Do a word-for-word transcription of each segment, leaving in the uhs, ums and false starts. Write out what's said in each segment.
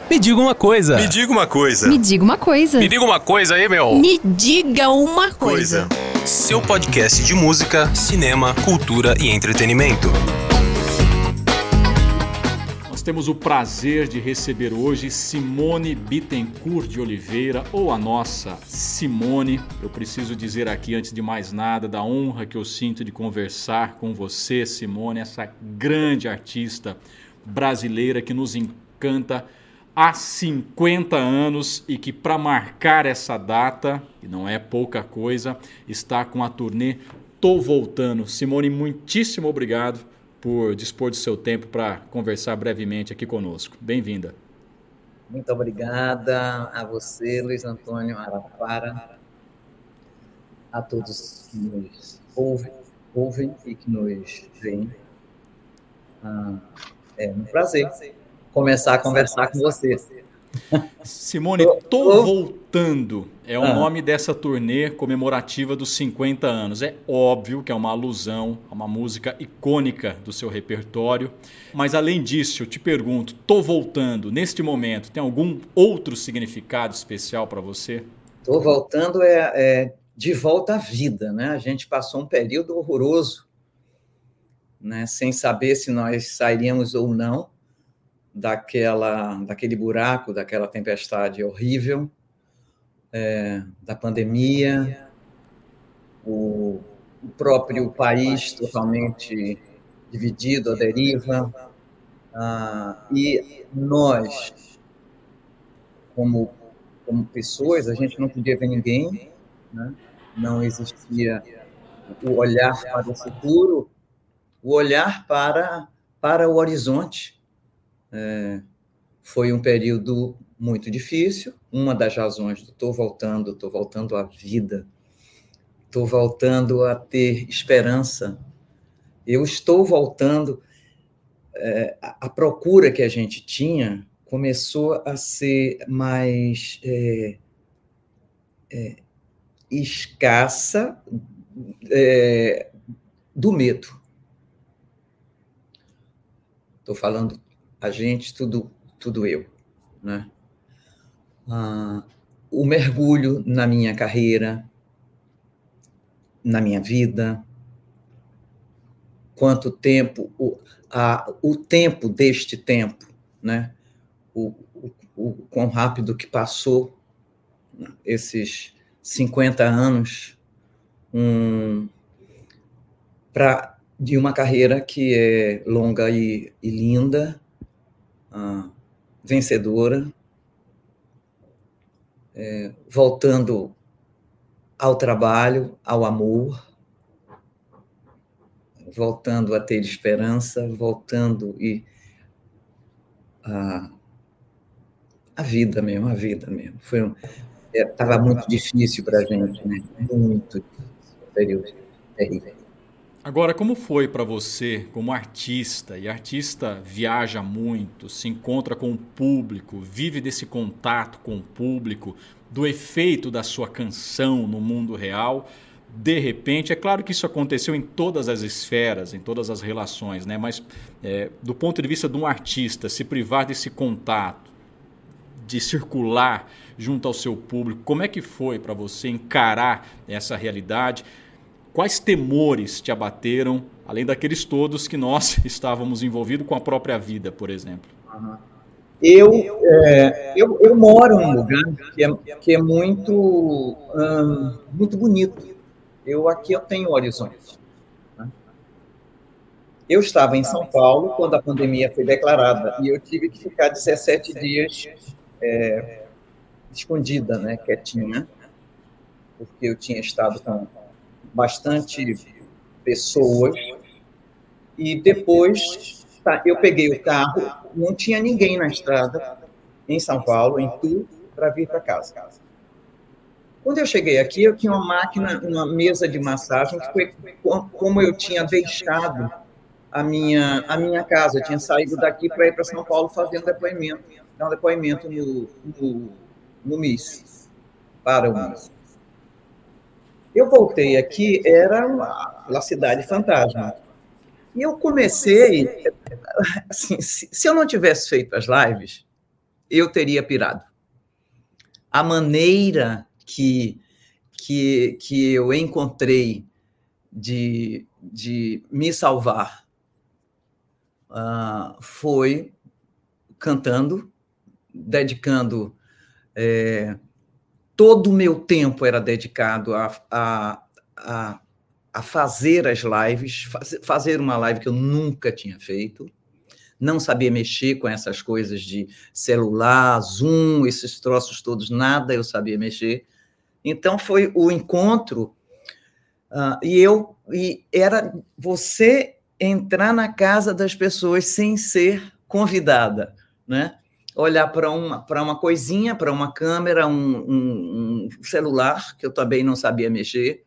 Me diga uma coisa. Me diga uma coisa. Me diga uma coisa. Me diga uma coisa aí, meu. Me diga uma coisa. Coisa. Seu podcast de música, cinema, cultura e entretenimento. Nós temos o prazer de receber hoje Simone Bittencourt de Oliveira, ou a nossa Simone. Eu preciso dizer aqui, antes de mais nada, da honra que eu sinto de conversar com você, Simone, essa grande artista brasileira que nos encanta há cinquenta anos e que, para marcar essa data, e não é pouca coisa, está com a turnê Tô Voltando. Simone, muitíssimo obrigado por dispor do seu tempo para conversar brevemente aqui conosco. Bem-vinda. Muito obrigada a você, Luiz Antônio Araraquara, a todos que nos ouvem, ouvem e que nos veem. Ah, é um prazer começar a conversar com você. Simone, Tô Voltando é o nome dessa turnê comemorativa dos cinquenta anos. É óbvio que é uma alusão a uma música icônica do seu repertório, mas além disso, eu te pergunto, Tô Voltando, neste momento, tem algum outro significado especial para você? Tô Voltando é, é de volta à vida, né? A gente passou um período horroroso, né? Sem saber se nós sairíamos ou não daquela, daquele buraco, daquela tempestade horrível, é, da pandemia, o, o próprio país totalmente dividido, à deriva, ah, e nós, como, como pessoas, a gente não podia ver ninguém, né? Não existia o olhar para o futuro, o olhar para, para o horizonte. É, foi um período muito difícil, uma das razões do tô voltando, tô voltando à vida, tô voltando a ter esperança, eu estou voltando, é, a, a procura que a gente tinha começou a ser mais é, é, escassa é, do medo. Estou falando a gente, tudo, tudo eu, né? Ah, o mergulho na minha carreira, na minha vida, quanto tempo, o, a, o tempo deste tempo, né? O, o, o quão rápido que passou, né? Esses cinquenta anos, um, pra, de uma carreira que é longa e, e linda, Ah, vencedora, é, voltando ao trabalho, ao amor, voltando a ter esperança, voltando e a, a vida mesmo, a vida mesmo. Foi um, estava muito difícil para a gente, né? Muito difícil, um período terrível. Agora, como foi para você, como artista, e artista viaja muito, se encontra com o público, vive desse contato com o público, do efeito da sua canção no mundo real, de repente, é claro que isso aconteceu em todas as esferas, em todas as relações, né? Mas é, do ponto de vista de um artista, se privar desse contato, de circular junto ao seu público, como é que foi para você encarar essa realidade? Quais temores te abateram, além daqueles todos que nós estávamos envolvidos com a própria vida, por exemplo? Eu, é, eu, eu moro num lugar que é, que é muito, hum, muito bonito. Eu, aqui eu tenho horizonte. Né? Eu estava em São Paulo quando a pandemia foi declarada e eu tive que ficar dezessete dias é, escondida, né, quietinha, porque eu tinha estado com bastante pessoas, e depois tá, eu peguei o carro, não tinha ninguém na estrada, em São Paulo, em Tu, para vir para casa. Quando eu cheguei aqui, eu tinha uma máquina, uma mesa de massagem, que foi como eu tinha deixado a minha, a minha casa, eu tinha saído daqui para ir para São Paulo fazer um depoimento, um depoimento no, no, no M I S, para o M I S. Eu voltei aqui, era uma, uma cidade fantasma. E eu comecei, assim, se, se eu não tivesse feito as lives, eu teria pirado. A maneira que, que, que eu encontrei de, de me salvar uh, foi cantando, dedicando... É, todo o meu tempo era dedicado a, a, a, a fazer as lives, faz, fazer uma live que eu nunca tinha feito, não sabia mexer com essas coisas de celular, Zoom, esses troços todos, nada eu sabia mexer. Então, foi o encontro, uh, e eu e era você entrar na casa das pessoas sem ser convidada, né? Olhar para uma, para uma coisinha, para uma câmera, um, um, um celular, que eu também não sabia mexer,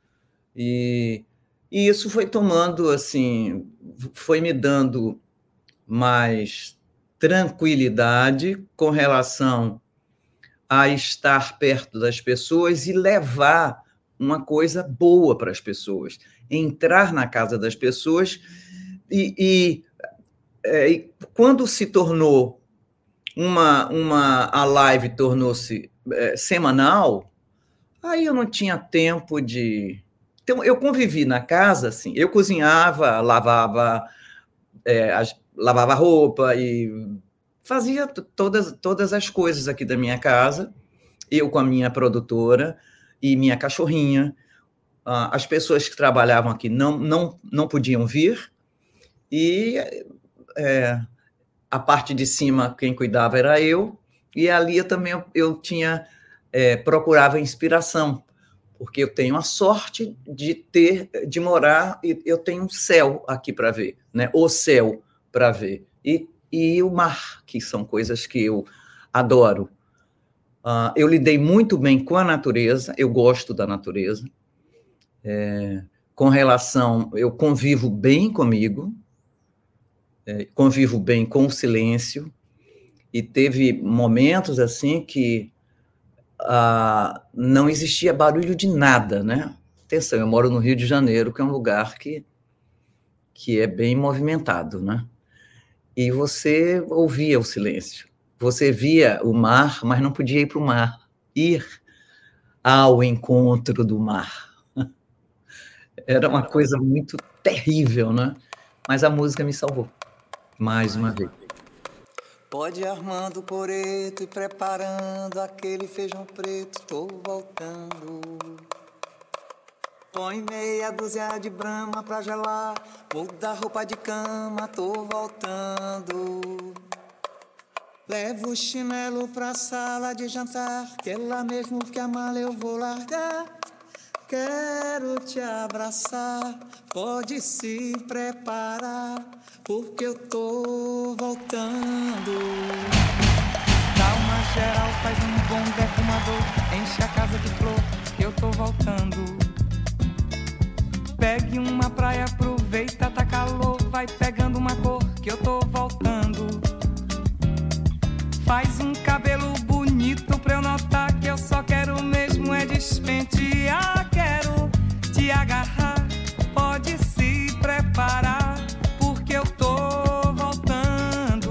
e, e isso foi tomando, assim, foi me dando mais tranquilidade com relação a estar perto das pessoas e levar uma coisa boa para as pessoas, entrar na casa das pessoas, e, e, e quando se tornou Uma, uma, a live tornou-se é, semanal, aí eu não tinha tempo de... Então, eu convivi na casa, assim, eu cozinhava, lavava, é, as, lavava roupa e fazia todas, todas as coisas aqui da minha casa, eu com a minha produtora e minha cachorrinha. As pessoas que trabalhavam aqui não, não, não podiam vir, e... É, a parte de cima, quem cuidava era eu, e ali eu também eu, eu tinha, é, procurava inspiração, porque eu tenho a sorte de ter, de morar, e eu tenho um céu aqui para ver, né? O céu para ver, e, e o mar, que são coisas que eu adoro. Uh, eu lidei muito bem com a natureza, eu gosto da natureza, é, com relação, eu convivo bem comigo, convivo bem com o silêncio, e teve momentos assim que ah, não existia barulho de nada, né? Atenção, eu moro no Rio de Janeiro, que é um lugar que, que é bem movimentado, né? E você ouvia o silêncio, você via o mar, mas não podia ir para o mar, ir ao encontro do mar. Era uma coisa muito terrível, né? Mas a música me salvou. Mais uma vez. Pode ir armando o coreto e preparando aquele feijão preto, tô voltando. Põe meia dúzia de brama pra gelar, muda roupa de cama, tô voltando. Levo o chinelo pra sala de jantar, que é lá mesmo que a mala eu vou largar. Quero te abraçar, pode se preparar, porque eu tô voltando. Dá uma geral, faz um bom defumador, enche a casa de flor, que eu tô voltando. Pegue uma praia, aproveita, tá calor, vai pegando uma cor, que eu tô voltando. Faz um cabelo bonito pra eu notar que eu só quero mesmo é despentear. Quero te agarrar, pode se preparar, porque eu tô voltando.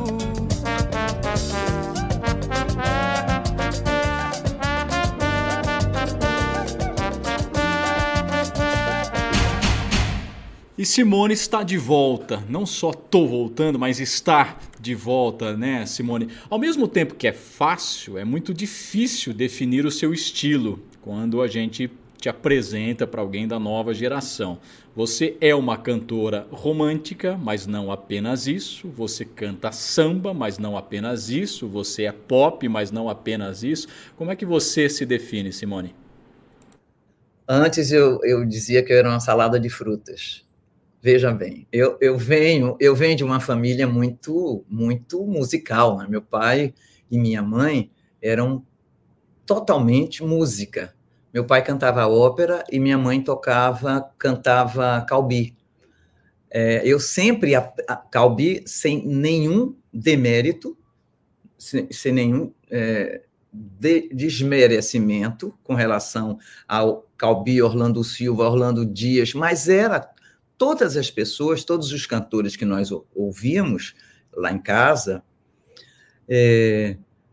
E Simone está de volta, não só tô voltando, mas está de volta, né, Simone? Ao mesmo tempo que é fácil, é muito difícil definir o seu estilo quando a gente te apresenta para alguém da nova geração. Você é uma cantora romântica, mas não apenas isso. Você canta samba, mas não apenas isso. Você é pop, mas não apenas isso. Como é que você se define, Simone? Antes eu, eu dizia que eu era uma salada de frutas. Veja bem, eu, eu, venho, eu venho de uma família muito, muito musical, né? Meu pai e minha mãe eram totalmente música. Meu pai cantava ópera e minha mãe tocava, cantava calbi. É, eu sempre, a, a, calbi sem nenhum demérito, sem, sem nenhum é, de, desmerecimento com relação ao calbi, Orlando Silva, Orlando Dias, mas era... Todas as pessoas, todos os cantores que nós ouvíamos lá em casa, é,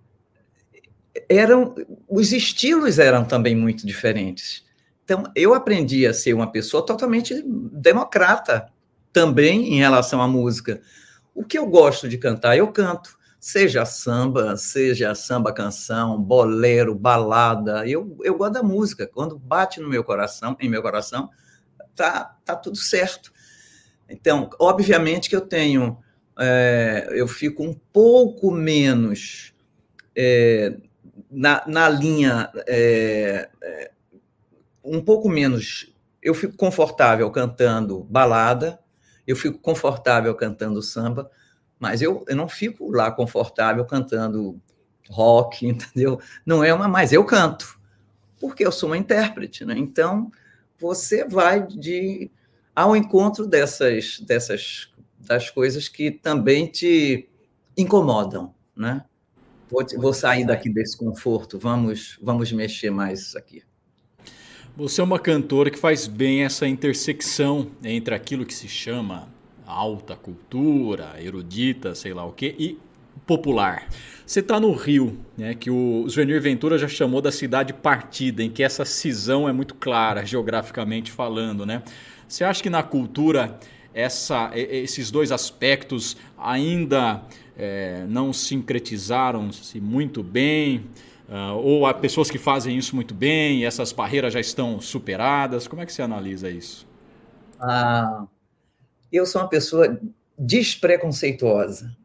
eram, os estilos eram também muito diferentes. Então, eu aprendi a ser uma pessoa totalmente democrata também em relação à música. O que eu gosto de cantar, eu canto. Seja samba, seja samba-canção, bolero, balada. Eu, eu gosto da música. Quando bate no meu coração, em meu coração, tá, tá tudo certo. Então, obviamente que eu tenho... É, eu fico um pouco menos é, na, na linha... É, é, um pouco menos... Eu fico confortável cantando balada, eu fico confortável cantando samba, mas eu, eu não fico lá confortável cantando rock, entendeu? Não é uma, mas eu canto, porque eu sou uma intérprete, né? Então, você vai de, ao encontro dessas, dessas das coisas que também te incomodam, né? Vou, vou sair daqui desse conforto, vamos, vamos mexer mais aqui. Você é uma cantora que faz bem essa intersecção entre aquilo que se chama alta cultura, erudita, sei lá o quê, e popular. Você está no Rio, né, que o Zuenir Ventura já chamou da cidade partida, em que essa cisão é muito clara, geograficamente falando, né? Você acha que na cultura essa, esses dois aspectos ainda é, não sincretizaram-se muito bem? Uh, ou há pessoas que fazem isso muito bem e essas barreiras já estão superadas? Como é que você analisa isso? Ah, eu sou uma pessoa despreconceituosa.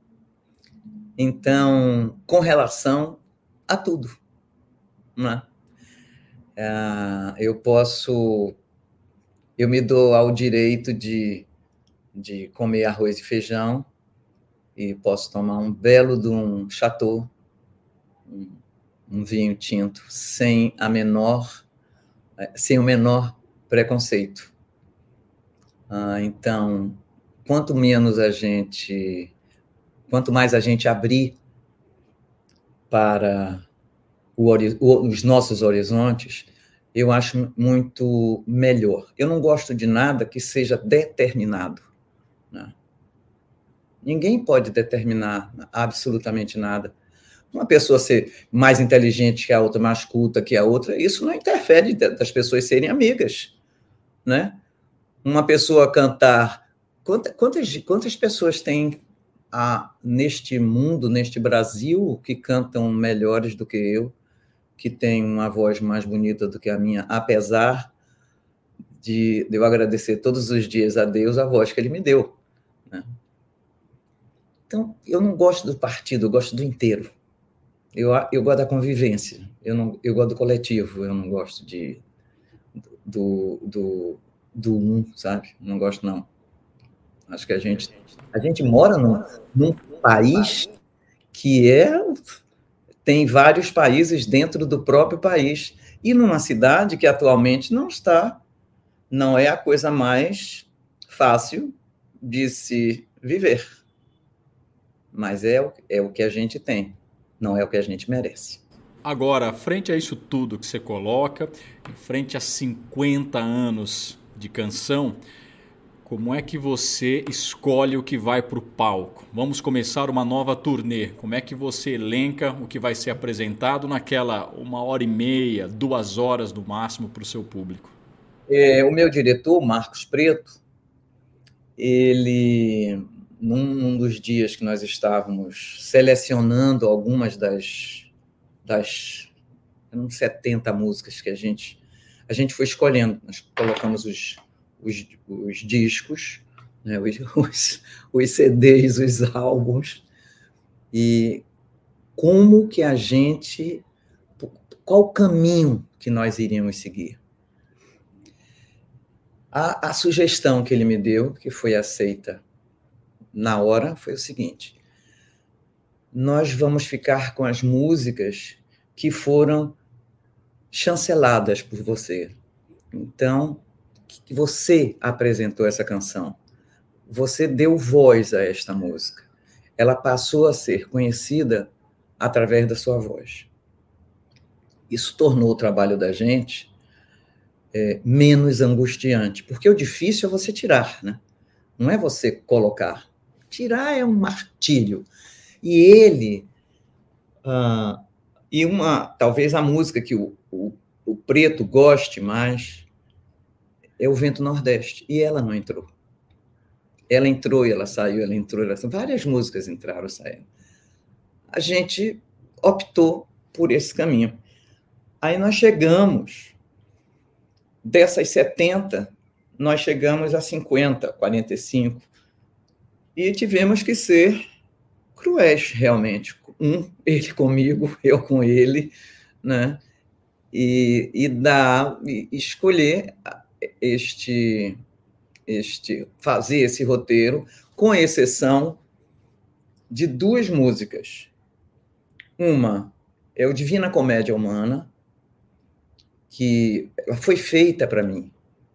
Então, com relação a tudo, né? Ah, eu posso... Eu me dou ao direito de, de comer arroz e feijão e posso tomar um belo de um chateau, um, um vinho tinto, sem a menor, sem o menor preconceito. Ah, então, quanto menos a gente, quanto mais a gente abrir para o, os nossos horizontes, eu acho muito melhor. Eu não gosto de nada que seja determinado, né? Ninguém pode determinar absolutamente nada. Uma pessoa ser mais inteligente que a outra, mais culta que a outra, isso não interfere das pessoas serem amigas, né? Uma pessoa cantar... Quantas, quantas, quantas pessoas tem ah, neste mundo, neste Brasil, que cantam melhores do que eu, que têm uma voz mais bonita do que a minha, apesar de, de eu agradecer todos os dias a Deus a voz que Ele me deu, né? Então, eu não gosto do partido, eu gosto do inteiro. Eu, eu gosto da convivência, eu, não, eu gosto do coletivo, eu não gosto de, do, do, do um, sabe? Não gosto, não. Acho que a gente, a gente mora num, num país que é, tem vários países dentro do próprio país, e numa cidade que atualmente não está, não é a coisa mais fácil de se viver. Mas é o, é o que a gente tem. Não é o que a gente merece. Agora, frente a isso tudo que você coloca, frente a cinquenta anos de canção, como é que você escolhe o que vai para o palco? Vamos começar uma nova turnê. Como é que você elenca o que vai ser apresentado naquela uma hora e meia, duas horas no máximo para o seu público? É, o meu diretor, Marcos Preto, ele... Num dos dias que nós estávamos selecionando algumas das, das setenta músicas que a gente, a gente foi escolhendo, nós colocamos os, os, os discos, né, os, os, os C Ds, os álbuns, e como que a gente, qual o caminho que nós iríamos seguir. A, a sugestão que ele me deu, que foi aceita na hora, foi o seguinte: nós vamos ficar com as músicas que foram chanceladas por você. Então, que você apresentou essa canção, você deu voz a esta música, ela passou a ser conhecida através da sua voz. Isso tornou o trabalho da gente é, menos angustiante, porque o difícil é você tirar, né? Não é você colocar. Tirar é um martírio. E ele, ah, E uma, talvez a música que o, o, o preto goste mais é o Vento Nordeste, e ela não entrou. Ela entrou e ela saiu, ela entrou, ela saiu. Várias músicas entraram e saíram. A gente optou por esse caminho. Aí nós chegamos, dessas setenta, nós chegamos a cinquenta, quarenta e cinco, e tivemos que ser cruéis, realmente. Um, ele comigo, eu com ele, né? E, e dar, e escolher este, este, fazer esse roteiro, com exceção de duas músicas. Uma é o Divina Comédia Humana, que ela foi feita para mim.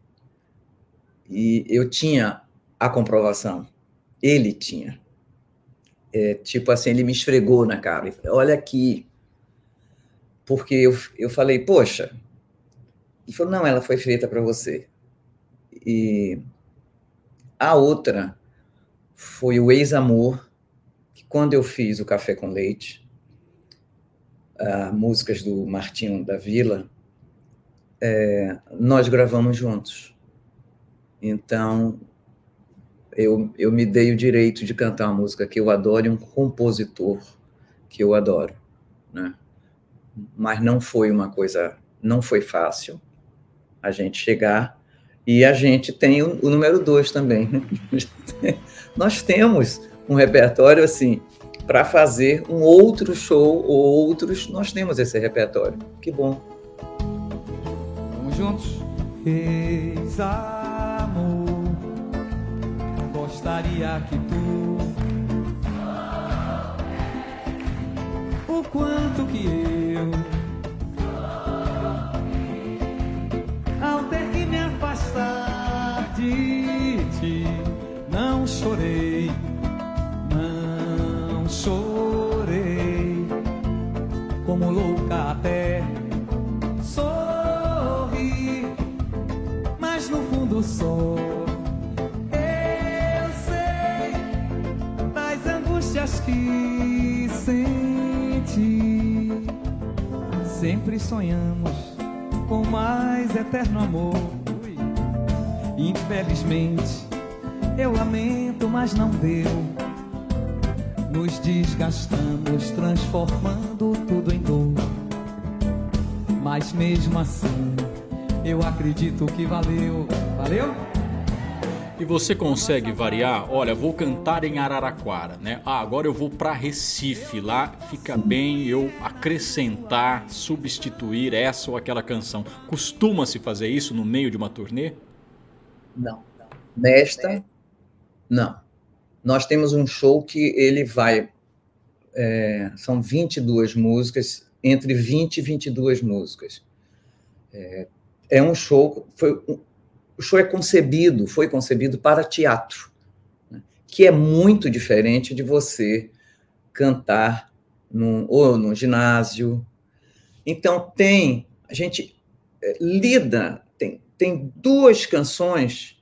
E eu tinha a comprovação. Ele tinha. É, tipo assim, ele me esfregou na cara. Olha aqui. Porque eu, eu falei, poxa. Ele falou, não, ela foi feita para você. E a outra foi o Ex-Amor, que quando eu fiz o Café com Leite, Uh, músicas do Martinho da Vila, é, nós gravamos juntos. Então, eu, eu me dei o direito de cantar uma música que eu adoro e um compositor que eu adoro, né? Mas não foi uma coisa, não foi fácil a gente chegar, e a gente tem o, o número dois também. Nós temos um repertório assim, para fazer um outro show ou outros, nós temos esse repertório. Que bom. Vamos juntos. Ex-amor, gostaria que tu, o quanto que eu, ao ter que me afastar de ti, não chorei. Chorei como louca até sorri, mas no fundo só eu sei das angústias que senti. Sempre sonhamos com mais eterno amor. Infelizmente eu lamento, mas não deu. Nos desgastamos, transformando tudo em dor. Mas mesmo assim, eu acredito que valeu. Valeu? E você consegue variar? Olha, vou cantar em Araraquara, né? Ah, agora eu vou para Recife. Lá fica bem eu acrescentar, substituir essa ou aquela canção. Costuma-se fazer isso no meio de uma turnê? Não. Nesta, não. Nós temos um show que ele vai... É, são vinte e duas músicas, entre vinte e vinte e duas músicas. É, é um show... Foi, um, o show é concebido, foi concebido para teatro, né, que é muito diferente de você cantar num, ou no ginásio. Então, tem... A gente é, lida... Tem, tem duas canções...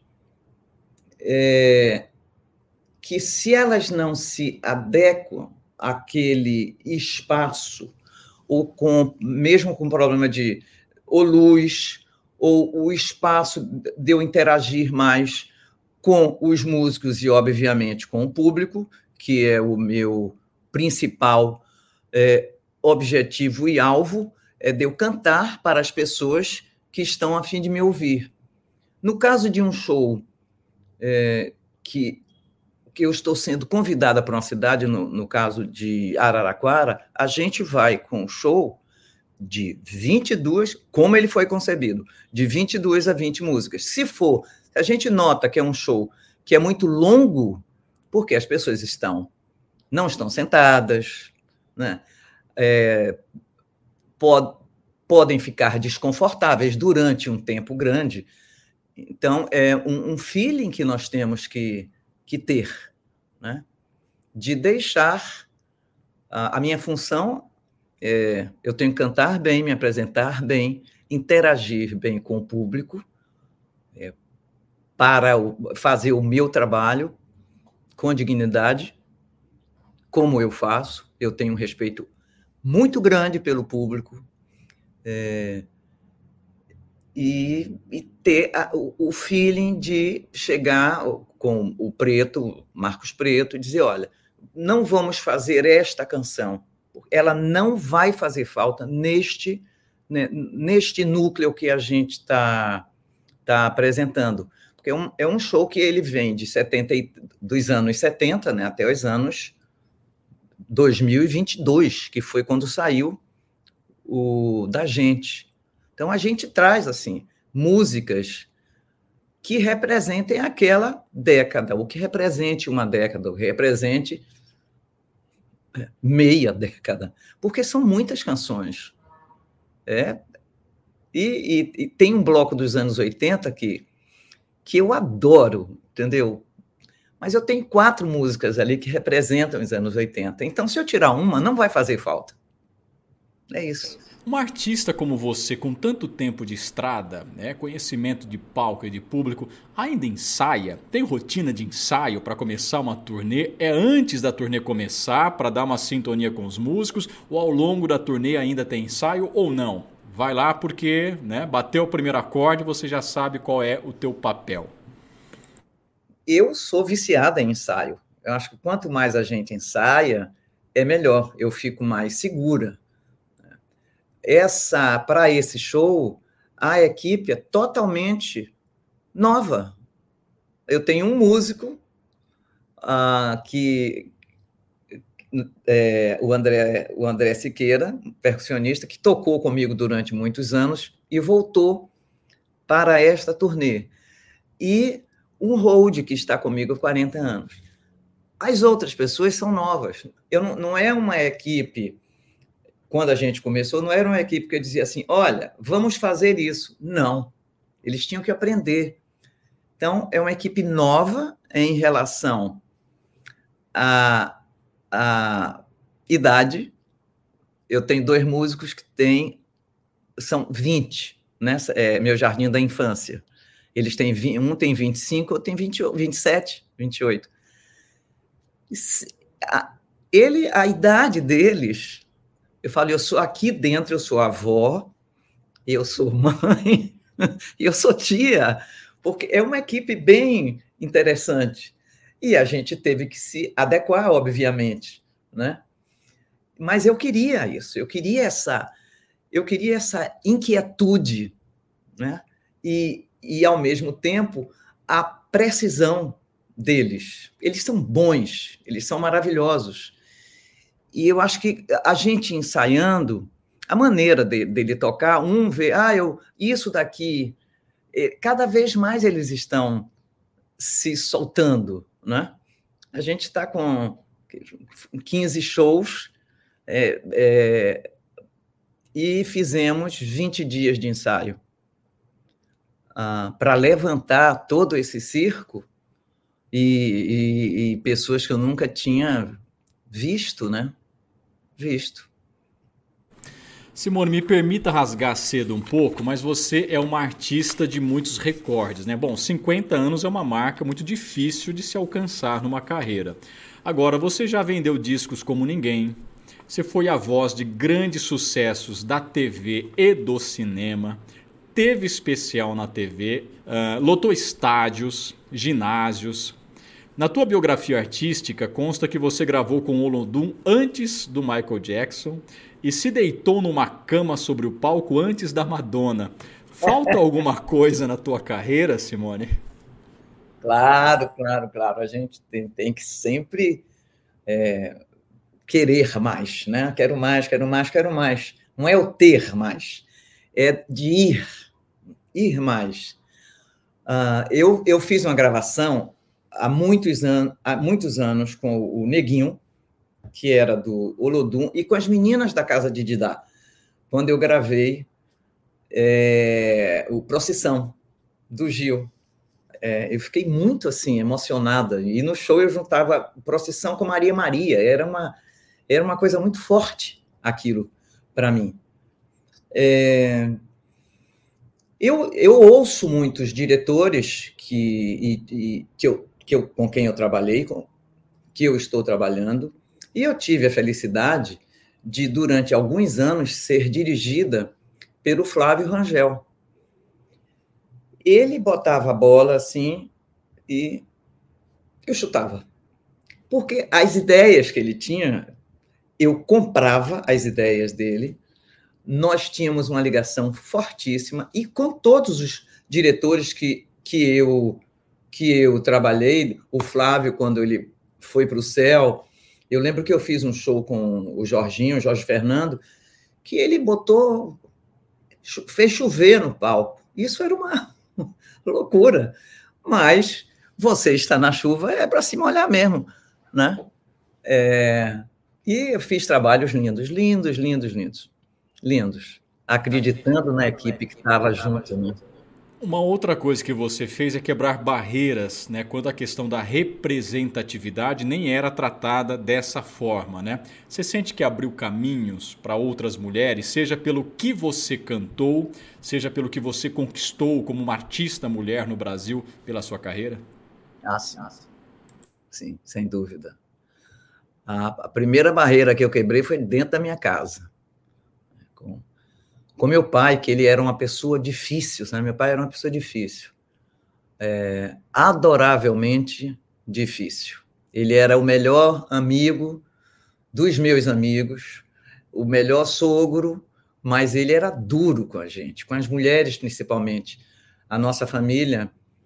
É, que se elas não se adequam àquele espaço, ou com, mesmo com problema de ou luz, ou o espaço de eu interagir mais com os músicos e, obviamente, com o público, que é o meu principal é, objetivo e alvo, é de eu cantar para as pessoas que estão a fim de me ouvir. No caso de um show é, que... que eu estou sendo convidada para uma cidade, no, no caso de Araraquara, a gente vai com um show de vinte e duas, como ele foi concebido, de vinte e duas a vinte músicas. Se for, a gente nota que é um show que é muito longo, porque as pessoas estão, não estão sentadas, né? É, pod, podem ficar desconfortáveis durante um tempo grande. Então, é um, um feeling que nós temos que que ter, né? De deixar a, a minha função, é, eu tenho que cantar bem, me apresentar bem, interagir bem com o público, é, para o, fazer o meu trabalho com dignidade, como eu faço. Eu tenho um respeito muito grande pelo público, é, e, e ter a, o, o feeling de chegar com o Preto, Marcos Preto, e dizer, olha, não vamos fazer esta canção, ela não vai fazer falta neste, né, neste núcleo que a gente está tá apresentando. Porque é um, é um show que ele vem de setenta, dos anos setenta, né, até os anos dois mil e vinte e dois, que foi quando saiu o da gente. Então, a gente traz assim músicas que representem aquela década, ou que represente uma década, ou represente meia década, porque são muitas canções. É, e, e, e tem um bloco dos anos oitenta que, que eu adoro, entendeu? Mas eu tenho quatro músicas ali que representam os anos oitenta. Então, se eu tirar uma, não vai fazer falta. É isso. Uma artista como você, com tanto tempo de estrada, né, conhecimento de palco e de público, ainda ensaia? Tem rotina de ensaio para começar uma turnê? É antes da turnê começar, para dar uma sintonia com os músicos? Ou ao longo da turnê ainda tem ensaio ou não? Vai lá porque, né, bateu o primeiro acorde, você já sabe qual é o teu papel. Eu sou viciada em ensaio. Eu acho que quanto mais a gente ensaia, é melhor. Eu fico mais segura. Essa, para esse show, a equipe é totalmente nova. Eu tenho um músico uh, que é, o André, o André Siqueira, percussionista, que tocou comigo durante muitos anos e voltou para esta turnê. E um hold que está comigo há quarenta anos. As outras pessoas são novas. Eu não, não é uma equipe... Quando a gente começou, não era uma equipe que eu dizia assim, olha, vamos fazer isso. Não, eles tinham que aprender. Então, é uma equipe nova em relação à, à idade. Eu tenho dois músicos que têm, são vinte, né? É meu jardim da infância. Eles têm, um tem vinte e cinco, outro tem vinte, vinte e sete, vinte e oito. Ele, a idade deles... Eu falo, eu sou aqui dentro, eu sou avó, eu sou mãe, e eu sou tia, porque é uma equipe bem interessante. E a gente teve que se adequar, obviamente, né? Mas eu queria isso, eu queria essa, eu queria essa inquietude, né? E, e, ao mesmo tempo, a precisão deles. Eles são bons, eles são maravilhosos. E eu acho que a gente ensaiando, a maneira de, dele tocar, um vê, ah, eu, isso daqui, cada vez mais eles estão se soltando, né? A gente está com quinze shows é, é, e fizemos vinte dias de ensaio. Ah, para levantar todo esse circo e, e, e pessoas que eu nunca tinha visto, né? Visto. Simone, me permita rasgar cedo um pouco, mas você é uma artista de muitos recordes, né? Bom, cinquenta anos é uma marca muito difícil de se alcançar numa carreira. Agora, você já vendeu discos como ninguém, você foi a voz de grandes sucessos da T V e do cinema, teve especial na T V, uh, lotou estádios, ginásios. Na tua biografia artística consta que você gravou com o Olodum antes do Michael Jackson e se deitou numa cama sobre o palco antes da Madonna. Falta alguma coisa na tua carreira, Simone? Claro, claro, claro. A gente tem, tem que sempre é, querer mais, né? Quero mais, quero mais, quero mais. Não é o ter mais, é de ir, ir mais. Uh, eu, eu fiz uma gravação há muitos, an- há muitos anos com o Neguinho, que era do Olodum, e com as meninas da Casa de Didá, quando eu gravei é, o Procissão, do Gil. É, eu fiquei muito assim, emocionada, e no show eu juntava Procissão com Maria Maria, era uma, era uma coisa muito forte aquilo para mim. É, eu, eu ouço muitos diretores que, e, e, que eu Que eu, com quem eu trabalhei, com, que eu estou trabalhando, e eu tive a felicidade de, durante alguns anos, ser dirigida pelo Flávio Rangel. Ele botava a bola assim e eu chutava. Porque as ideias que ele tinha, eu comprava as ideias dele, nós tínhamos uma ligação fortíssima, e com todos os diretores que, que, eu, que eu trabalhei, o Flávio, quando ele foi para o céu, eu lembro que eu fiz um show com o Jorginho, o Jorge Fernando, que ele botou, fez chover no palco. Isso era uma loucura, mas você está na chuva é para se molhar mesmo, né? É, e eu fiz trabalhos lindos, lindos, lindos, lindos, lindos, acreditando na equipe que estava junto, né? Uma outra coisa que você fez é quebrar barreiras, né? Quando a questão da representatividade nem era tratada dessa forma, né? Você sente que abriu caminhos para outras mulheres, seja pelo que você cantou, seja pelo que você conquistou como uma artista mulher no Brasil pela sua carreira? Ah, sim, sim, sem dúvida. A, a primeira barreira que eu quebrei foi dentro da minha casa. Com... Com meu pai, que ele era uma pessoa difícil, né? Meu pai era uma pessoa difícil, é, adoravelmente difícil. Ele era o melhor amigo dos meus amigos, o melhor sogro, mas ele era duro com a gente, com as mulheres principalmente. A nossa família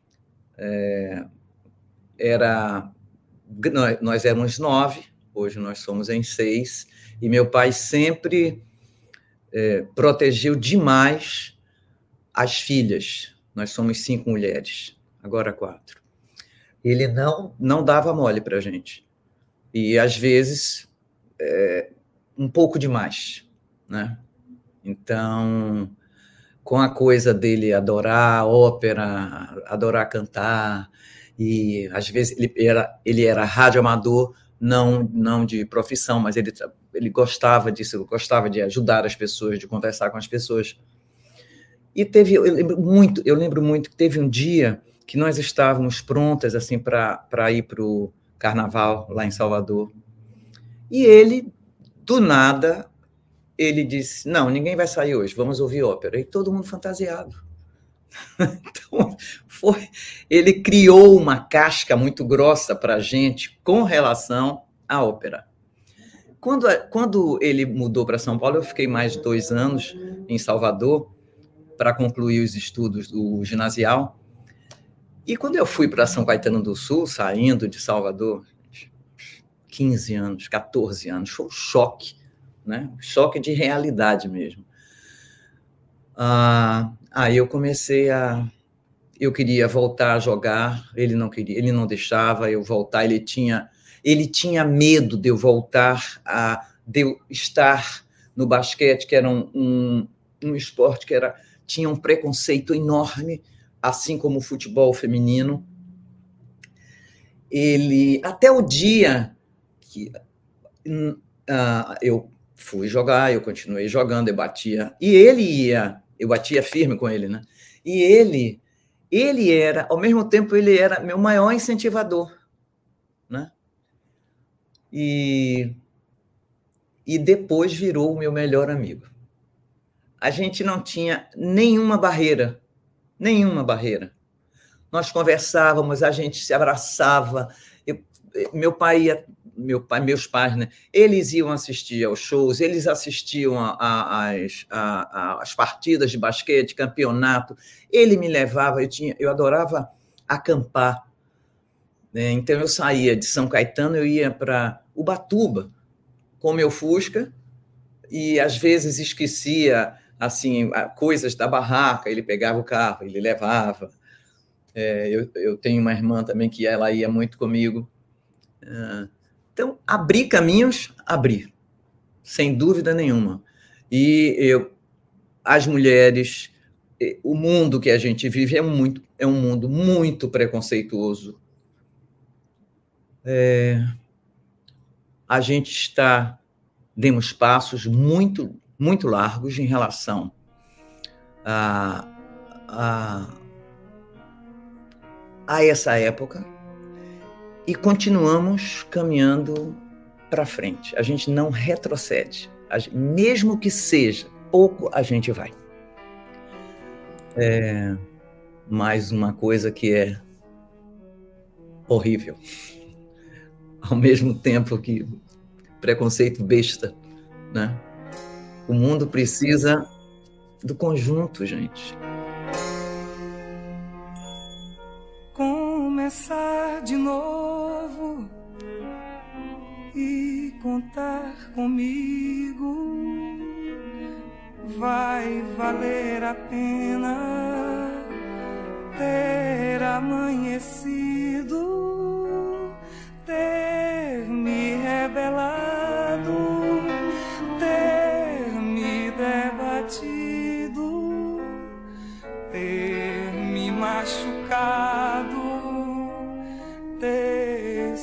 é, era... Nós, nós éramos nove, hoje nós somos em seis, e meu pai sempre... É, protegeu demais as filhas. Nós somos cinco mulheres, agora quatro. Ele não, não dava mole para a gente. E, às vezes, é, um pouco demais, né? Então, com a coisa dele adorar ópera, adorar cantar, e, às vezes, ele era, ele era radioamador, não, não de profissão, mas ele... Ele gostava disso, gostava de ajudar as pessoas, de conversar com as pessoas. E teve, eu lembro muito, eu lembro muito que teve um dia que nós estávamos prontas assim para ir para o carnaval lá em Salvador. E ele, do nada, ele disse: não, ninguém vai sair hoje, vamos ouvir ópera. E todo mundo fantasiado. Então, foi, ele criou uma casca muito grossa para a gente com relação à ópera. Quando, quando ele mudou para São Paulo, eu fiquei mais dois anos em Salvador para concluir os estudos do ginasial. E quando eu fui para São Caetano do Sul, saindo de Salvador, quinze anos, catorze anos, foi um choque, né? Um choque de realidade mesmo. Ah, aí eu comecei a... Eu queria voltar a jogar, ele não queria, ele não deixava eu voltar, ele tinha... Ele tinha medo de eu voltar a de eu estar no basquete, que era um, um, um esporte que era, tinha um preconceito enorme, assim como o futebol feminino. Ele, até o dia que uh, eu fui jogar, eu continuei jogando, eu batia, e ele ia, eu batia firme com ele, né? E ele, ele era, ao mesmo tempo, ele era meu maior incentivador, né? E, e depois virou o meu melhor amigo. A gente não tinha nenhuma barreira, nenhuma barreira. Nós conversávamos, a gente se abraçava. Eu, meu pai ia, meu pai, meus pais, né? Eles iam assistir aos shows, eles assistiam às partidas de basquete, campeonato. Ele me levava, eu, tinha, eu adorava acampar. Então, eu saía de São Caetano, eu ia para Ubatuba com meu Fusca e, às vezes, esquecia assim, coisas da barraca, ele pegava o carro, ele levava. É, eu, eu tenho uma irmã também que ela ia muito comigo. Então, abrir caminhos, abrir, sem dúvida nenhuma. E eu, as mulheres, o mundo que a gente vive é, muito, é um mundo muito preconceituoso. É, a gente está, demos passos muito, muito largos em relação a, a, a essa época e continuamos caminhando para frente. A gente não retrocede, Mesmo que seja pouco, a gente vai. É mais uma coisa que é horrível. Ao mesmo tempo que preconceito besta, né? O mundo precisa do conjunto, gente. Começar de novo e contar comigo vai valer a pena ter amanhecido, ter me rebelado, ter me debatido, ter me machucado, ter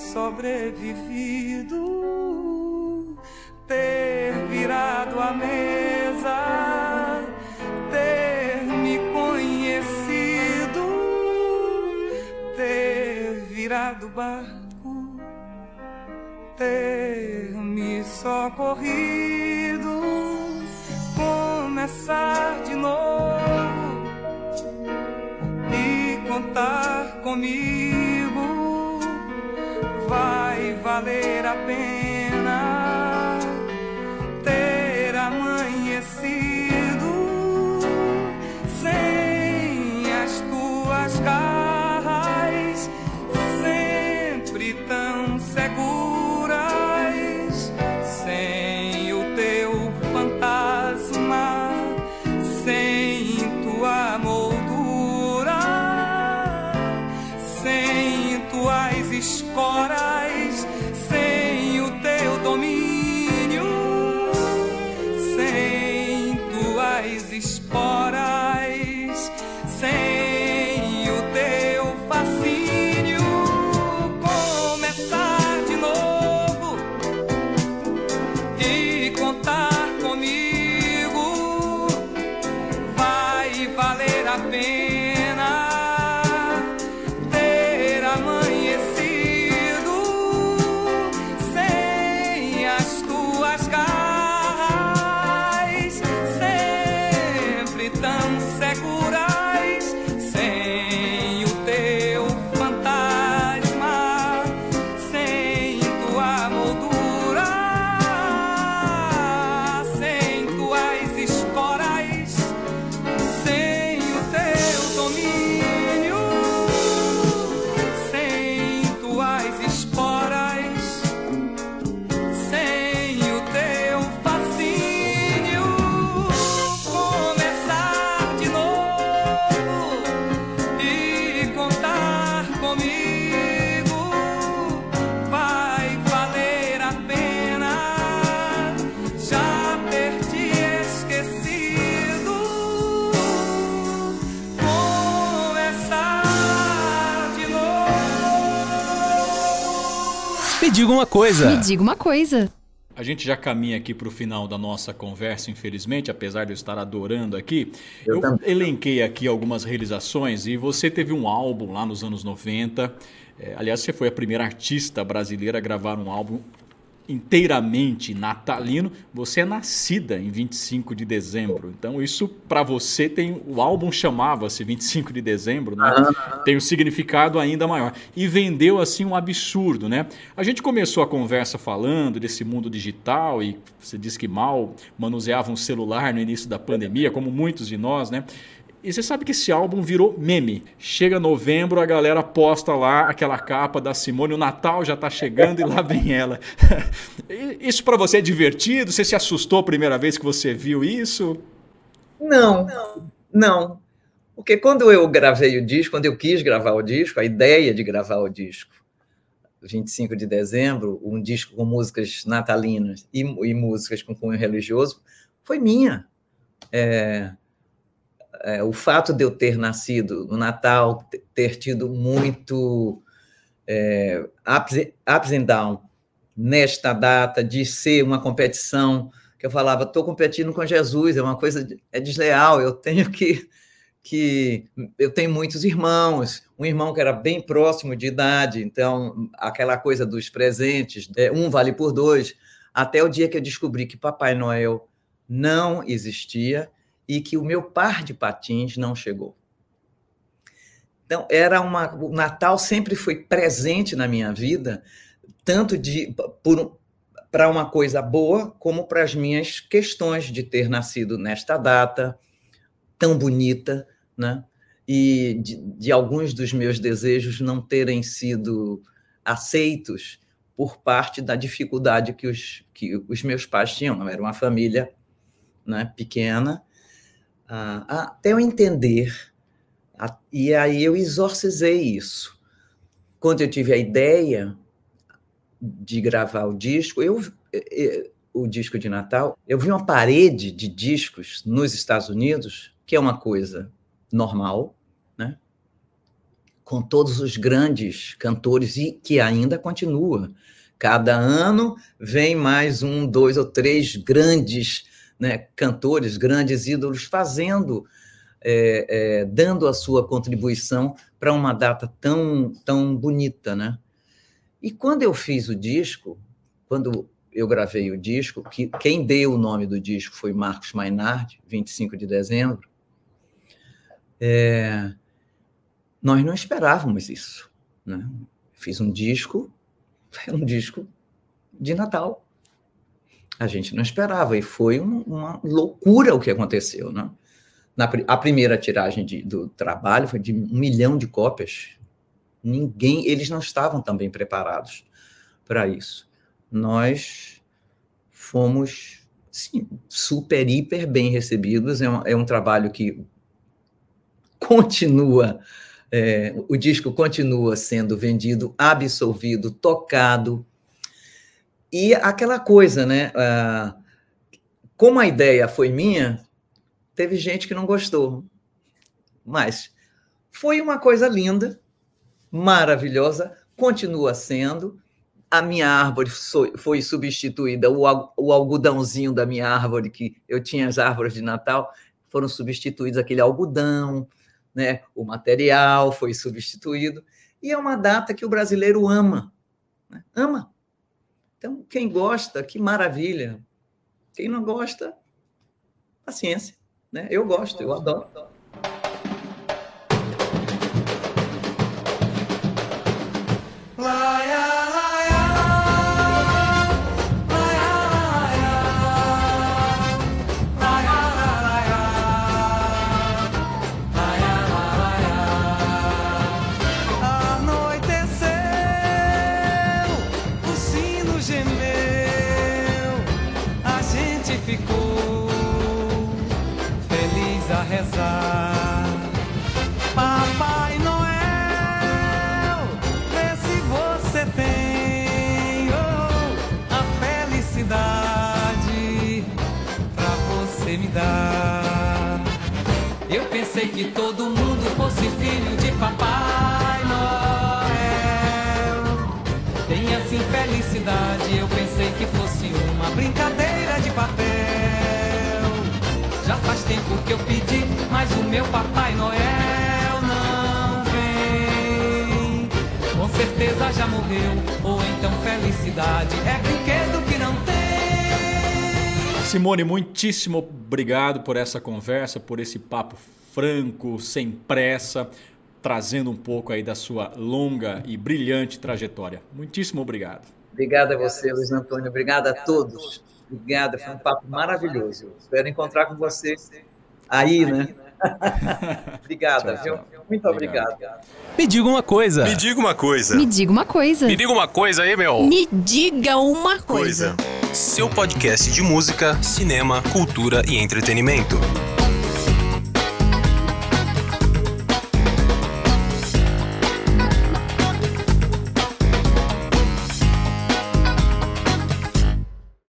sobrevivido, ter virado a mesa, ter me conhecido, ter virado o barco, ter me socorrido, começar de novo e contar comigo vai valer a pena ter amanhecido sem as tuas garras, sempre tão seguras, sem o teu fantasma, sem tua moldura, sem tuas esporas, sem o teu domínio, sem tuas esporas, sem o teu fascínio. Começar de novo e contar comigo vai valer a pena ter amanhecido sem as tuas garras, sempre tão seguras, sem o teu fantasma, sem tua moldura, sem tuas esporas, sem o teu domínio, sem tuas esporas, sem o teu fascínio. Começar de novo e contar comigo vai valer a pena já ter te esquecido. Começar de novo. Me diga uma coisa. Me diga uma coisa. A gente já caminha aqui para o final da nossa conversa, infelizmente, apesar de eu estar adorando aqui. Eu Eu, também. elenquei aqui algumas realizações e você teve um álbum lá nos anos noventa. É, aliás, você foi a primeira artista brasileira a gravar um álbum inteiramente natalino. Você é nascida em vinte e cinco de dezembro. Então isso para você tem... O álbum chamava-se vinte e cinco de dezembro, né? Tem um significado ainda maior. E vendeu assim um absurdo, né? A gente começou a conversa falando desse mundo digital e você disse que mal manuseava um celular no início da pandemia, como muitos de nós, né? E você sabe que esse álbum virou meme. Chega novembro, a galera posta lá aquela capa da Simone, o Natal já tá chegando e lá vem ela. Isso para você é divertido? Você se assustou a primeira vez que você viu isso? Não, não. Porque quando eu gravei o disco, quando eu quis gravar o disco, a ideia de gravar o disco, vinte e cinco de dezembro, um disco com músicas natalinas e, e músicas com cunho religioso, foi minha. É... É, o fato de eu ter nascido no Natal, ter tido muito é, ups, ups and down nesta data, de ser uma competição, que eu falava, estou competindo com Jesus, é uma coisa, é desleal, eu tenho que, que... Eu tenho muitos irmãos, um irmão que era bem próximo de idade, então, aquela coisa dos presentes, é, um vale por dois. até o dia que eu descobri que Papai Noel não existia e que o meu par de patins não chegou. Então, era uma, o Natal sempre foi presente na minha vida, tanto de, para uma coisa boa, como para as minhas questões de ter nascido nesta data tão bonita, né? E de, de alguns dos meus desejos não terem sido aceitos por parte da dificuldade que os, que os meus pais tinham. Era uma família, né, pequena, ah, até eu entender. E aí eu exorcizei isso. Quando eu tive a ideia de gravar o disco, eu, o disco de Natal, eu vi uma parede de discos nos Estados Unidos, que é uma coisa normal, né? Com todos os grandes cantores, e que ainda continua. Cada ano vem mais um, dois ou três grandes, né, cantores, grandes ídolos, fazendo... É, é, dando a sua contribuição para uma data tão, tão bonita, né? E quando eu fiz o disco, quando eu gravei o disco, que, quem deu o nome do disco foi Marcos Mainardi, vinte e cinco de dezembro, é, nós não esperávamos isso, né? Fiz um disco, um disco de Natal. A gente não esperava, e foi um, uma loucura o que aconteceu, né? Na, a primeira tiragem de, do trabalho foi de um milhão de cópias. Ninguém, eles não estavam também preparados para isso. Nós fomos, sim, super, hiper bem recebidos. É um, é um trabalho que continua, é, o disco continua sendo vendido, absolvido, tocado. E aquela coisa, né? Ah, como a ideia foi minha, teve gente que não gostou, mas foi uma coisa linda, maravilhosa, continua sendo. A minha árvore foi substituída, o algodãozinho da minha árvore, que eu tinha as árvores de Natal, foram substituídos aquele algodão, né? O material foi substituído, e é uma data que o brasileiro ama, né? Ama. Então, quem gosta, que maravilha. Quem não gosta, paciência. Né? Eu gosto, eu adoro. Anoiteceu, o sino gemeu, a gente ficou a rezar. Papai Noel, vê se você tem oh, a felicidade pra você me dar. Eu pensei que todo mundo fosse filho de Papai Noel. Tem assim felicidade, eu pensei que fosse uma brincadeira de papel. Já faz tempo que eu pedi, mas o meu Papai Noel não vem. Com certeza já morreu, ou então felicidade é brinquedo que não tem. Simone, muitíssimo obrigado por essa conversa, por esse papo franco, sem pressa, trazendo um pouco aí da sua longa e brilhante trajetória. Muitíssimo obrigado. Obrigado a você, Luiz Antônio. Obrigado a todos. Obrigada, foi um papo maravilhoso. Espero encontrar com você aí, né? Obrigada, viu? Muito obrigado. Me diga uma coisa. Me diga uma coisa. Me diga uma coisa. Me diga uma coisa aí, meu. Me diga uma coisa. Seu podcast de música, cinema, cultura e entretenimento.